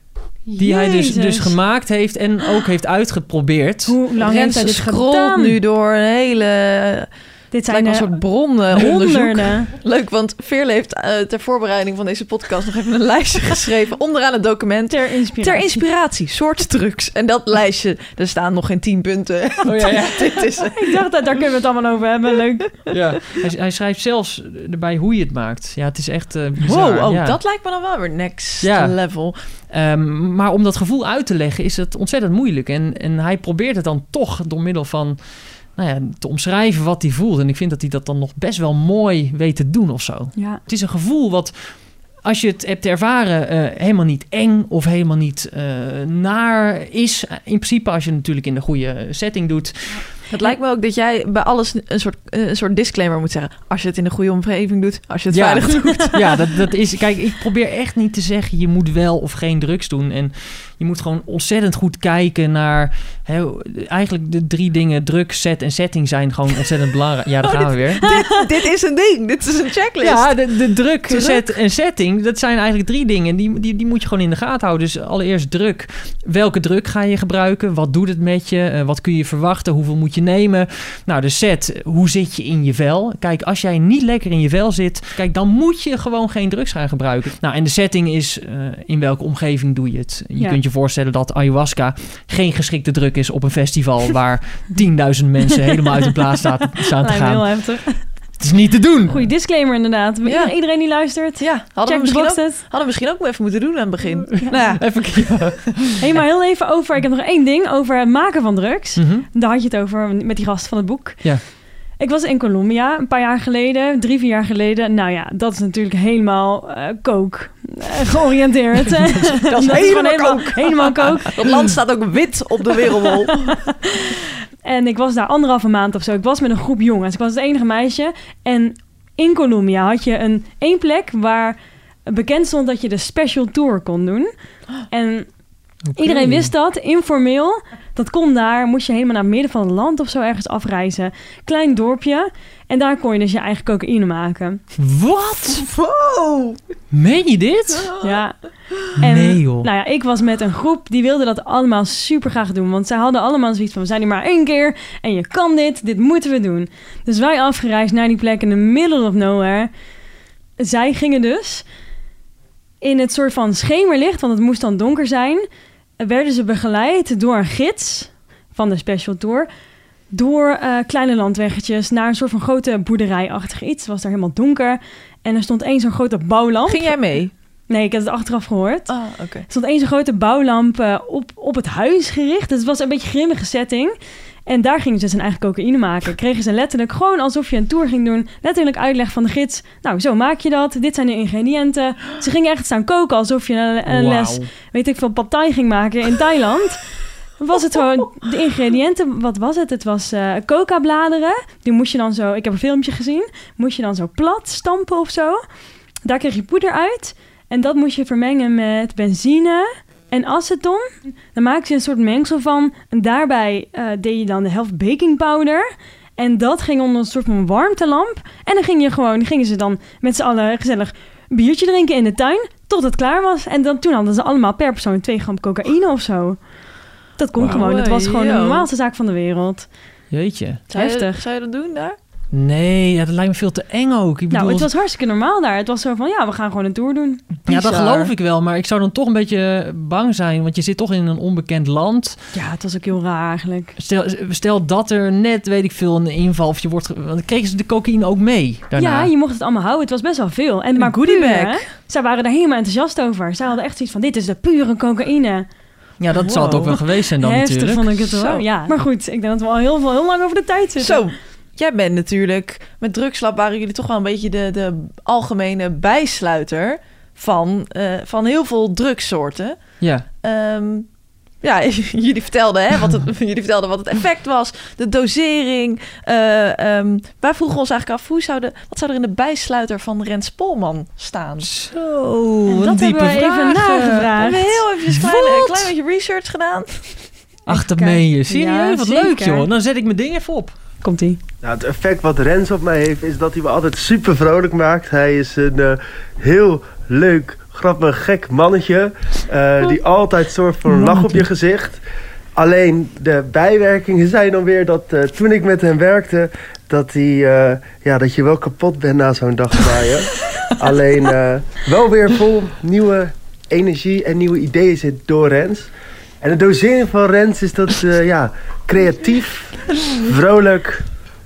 die hij dus, Jezus. dus gemaakt heeft en ook heeft uitgeprobeerd. Hoe lang heeft hij dit Rens scrolt gedaan? nu door een hele... Dit Het lijkt zijn wel een uh, soort bronnenonderzoek. honderden. Leuk, want Veerle heeft uh, ter voorbereiding van deze podcast nog even een lijstje geschreven. Onderaan het document. Ter inspiratie. Ter inspiratie, soort drugs. En dat lijstje, er staan nog geen tien punten. Oh ja, ja. Dit is... Ik dacht, dat daar kunnen we het allemaal over hebben. Leuk. Ja. Hij, hij schrijft zelfs erbij hoe je het maakt. Ja, het is echt uh, bizar. Wow, oh, ja. dat lijkt me dan wel weer next Ja. level. Um, maar om dat gevoel uit te leggen is het ontzettend moeilijk. En, en hij probeert het dan toch door middel van nou ja, te omschrijven wat hij voelt. En ik vind dat hij dat dan nog best wel mooi weet te doen of zo. Ja. Het is een gevoel wat, als je het hebt ervaren, uh, helemaal niet eng of helemaal niet uh, naar is. In principe als je het natuurlijk in de goede setting doet. Het lijkt me ook dat jij bij alles een soort, een soort disclaimer moet zeggen. Als je het in een goede omgeving doet, als je het Ja. veilig doet. Ja, dat, dat is... Kijk, ik probeer echt niet te zeggen je moet wel of geen drugs doen. En je moet gewoon ontzettend goed kijken naar... Hè, eigenlijk de drie dingen, drugs, set en setting zijn gewoon ontzettend belangrijk. Ja, daar Oh, gaan we weer. dit, dit is een ding. Dit is een checklist. Ja, de, de druk, Druk. set en setting, dat zijn eigenlijk drie dingen. Die, die, die moet je gewoon in de gaten houden. Dus allereerst druk. Welke druk ga je gebruiken? Wat doet het met je? Uh, wat kun je verwachten? Hoeveel moet je nemen? Nou, de set, hoe zit je in je vel? Kijk, als jij niet lekker in je vel zit, kijk, dan moet je gewoon geen drugs gaan gebruiken. Nou, en de setting is, uh, in welke omgeving doe je het? Je Ja. kunt je voorstellen dat ayahuasca geen geschikte druk is op een festival waar tienduizend mensen helemaal uit hun plaats staan, staan te Lijkt me heel gaan. heftig. Het is niet te doen. Goeie disclaimer inderdaad. Ja. Iedereen, iedereen die luistert, Ja, hadden we, check de misschien ook, boxset. hadden we misschien ook even moeten doen aan het begin. Nou ja. Even kijken. Hey, maar heel even over... Ik heb nog één ding over het maken van drugs. Mhm. Daar had je het over met die gast van het boek. Ja. Ik was in Colombia een paar jaar geleden, drie, vier jaar geleden. Nou ja, dat is natuurlijk helemaal uh, coke uh, georiënteerd. dat is, helemaal gewoon helemaal, coke. helemaal coke. Dat land staat ook wit op de wereldbol. En ik was daar anderhalve maand of zo. Ik was met een groep jongens. Ik was het enige meisje. En in Colombia had je een één plek waar bekend stond dat je de special tour kon doen. En Okay. iedereen wist dat, informeel. Dat kon daar. Moest je helemaal naar het midden van het land of zo ergens afreizen. Klein dorpje. En daar kon je dus je eigen cocaïne maken. Wat? Wow. Meen je dit? Ja. En, Nee, joh. Nou ja, ik was met een groep die wilde dat allemaal super graag doen. Want zij hadden allemaal zoiets van, we zijn hier maar één keer en je kan dit, dit moeten we doen. Dus wij afgereisd naar die plek in the middle of nowhere. Zij gingen dus in het soort van schemerlicht, want het moest dan donker zijn, werden ze begeleid door een gids van de Special Tour, door uh, kleine landweggetjes naar een soort van grote boerderijachtig iets. Het was daar helemaal donker en er stond één zo'n grote bouwlamp. Ging jij mee? Nee, ik heb het achteraf gehoord. Ah, oké. Er stond één zo'n grote bouwlamp uh, op, op het huis gericht. Dus het was een beetje een grimmige setting. En daar gingen ze zijn eigen cocaïne maken. Kregen ze letterlijk gewoon alsof je een tour ging doen. Letterlijk uitleg van de gids. Nou, zo maak je dat. Dit zijn de ingrediënten. Ze gingen echt staan koken alsof je een, een wow. les, weet ik veel, pad thai ging maken in Thailand. Was het gewoon de ingrediënten, wat was het? Het was uh, coca-bladeren. Die moest je dan zo, ik heb een filmpje gezien, moest je dan zo plat stampen of zo. Daar kreeg je poeder uit. En dat moest je vermengen met benzine en aceton. Dan maakte je een soort mengsel van. En daarbij uh, deed je dan de helft baking powder. En dat ging onder een soort van warmtelamp. En dan ging je gewoon, gingen ze dan met z'n allen gezellig biertje drinken in de tuin. Tot het klaar was. En dan, toen hadden ze allemaal per persoon twee gram cocaïne of zo. Dat kon wow. gewoon. Het was gewoon de normaalste zaak van de wereld. Jeetje. Zou je, Heftig. Zou je dat doen daar? Nee, ja, dat lijkt me veel te eng ook. Ik bedoel... Nou, het was hartstikke normaal daar. Het was zo van, ja, we gaan gewoon een tour doen. Bizar. Ja, dat geloof ik wel. Maar ik zou dan toch een beetje bang zijn. Want je zit toch in een onbekend land. Ja, het was ook heel raar eigenlijk. Stel, stel dat er net, weet ik veel, een inval of je wordt... Want kregen ze de cocaïne ook mee daarna? Ja, je mocht het allemaal houden. Het was best wel veel. En maar goodie bag. Zij waren er helemaal enthousiast over. Zij hadden echt zoiets van, dit is de pure cocaïne. Ja, dat wow. zal het ook wel geweest zijn dan Heftig natuurlijk. Vond ik het wel. Ja, maar goed, ik denk dat we al heel, veel, heel lang over de tijd zitten. Zo, jij bent natuurlijk... Met Drugslab waren jullie toch wel een beetje de, de algemene bijsluiter... van, uh, van heel veel drugssoorten. Ja. Um, ja, jullie vertelden, hè, wat het, jullie vertelden wat het effect was. De dosering. Uh, um, wij vroegen ons eigenlijk af, hoe zou de, wat zou er in de bijsluiter van Rens Polman staan? Zo, en een dat diepe hebben we vraag. even nagevraagd. We hebben heel even een klein, een klein beetje research gedaan. Ach, dat meen je. Serieus? Ja, wat zeker. leuk, joh. Dan zet ik mijn ding even op. Komt-ie. Nou, het effect wat Rens op mij heeft, is dat hij me altijd super vrolijk maakt. Hij is een uh, heel leuk, grappig, gek mannetje. Uh, die altijd zorgt voor een lach op je gezicht. Alleen de bijwerkingen zijn dan weer dat uh, toen ik met hem werkte... dat, hij, uh, ja, dat je wel kapot bent na zo'n dag draaien. Alleen uh, wel weer vol nieuwe energie en nieuwe ideeën zit door Rens. En de dosering van Rens is dat uh, ja, creatief, vrolijk,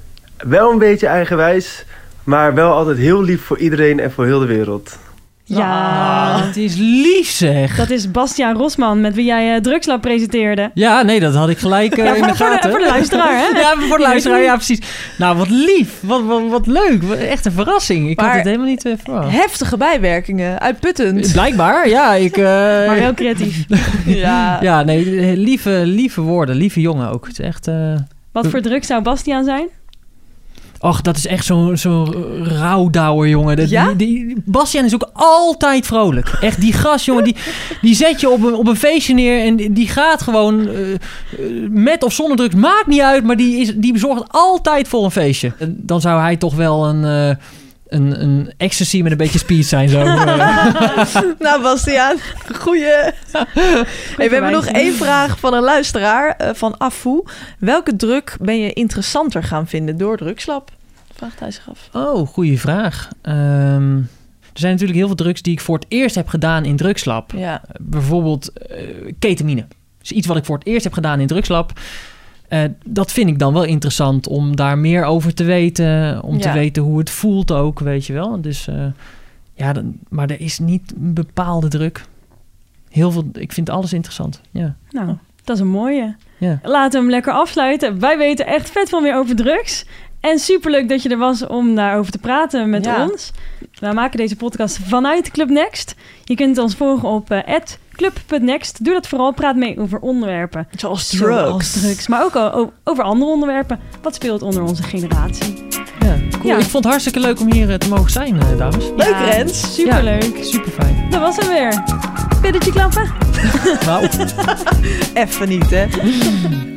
wel een beetje eigenwijs... maar wel altijd heel lief voor iedereen en voor heel de wereld. Ja, ah, het is lief zeg. Dat is Bastiaan Rosman, met wie jij uh, Drugslab presenteerde. Ja, nee, dat had ik gelijk uh, ja, in de voor, gaten. de, voor de luisteraar, hè? Ja, voor de luisteraar, ja, precies. Nou, wat lief. Wat, wat, wat leuk. Echt een verrassing. Ik maar had het helemaal niet uh, verwacht. Heftige bijwerkingen, uitputtend. Blijkbaar, ja. Ik, uh, maar heel creatief. ja. ja, nee, lieve, lieve woorden. Lieve jongen ook. Het is echt... Uh, wat voor drugs zou Bastiaan zijn? Och, dat is echt zo'n zo rouwdouwer, jongen. Dat, ja? die, die, Bastiaan is ook altijd vrolijk. Echt, die gast, jongen, die, die zet je op een, op een feestje neer... en die gaat gewoon uh, met of zonder drugs, maakt niet uit... maar die, is, die bezorgt altijd voor een feestje. Dan zou hij toch wel een... Uh, Een, een ecstasy met een beetje speed zijn. Zo. Nou, Bastiaan, goeie. Hey, we hebben nog één vraag van een luisteraar, uh, van Afu. Welke drug ben je interessanter gaan vinden door Drugslab? Vraagt hij zich af. Oh, goede vraag. Um, er zijn natuurlijk heel veel drugs die ik voor het eerst heb gedaan in Drugslab. Ja. Uh, bijvoorbeeld uh, ketamine. Dus iets wat ik voor het eerst heb gedaan in Drugslab. Uh, dat vind ik dan wel interessant om daar meer over te weten. Om ja. te weten hoe het voelt ook, weet je wel. Dus uh, ja, dan, maar er is niet een bepaalde druk. Heel veel, ik vind alles interessant. Ja. Nou, dat is een mooie. Ja. Laten we hem lekker afsluiten. Wij weten echt vet veel meer over drugs. En superleuk dat je er was om daarover te praten met ja. ons. Wij maken deze podcast vanuit Club Next. Je kunt ons volgen op uh, at club punt next. Doe dat vooral. Praat mee over onderwerpen. Zoals drugs. Zoals drugs. Maar ook al over andere onderwerpen. Wat speelt onder onze generatie? Ja, cool. Ja. Ik vond het hartstikke leuk om hier te mogen zijn, dames. Leuk, ja, Rens. Superleuk. Ja, super fijn. Dat was hem weer. Pilletje klappen. Nou. Even niet, hè.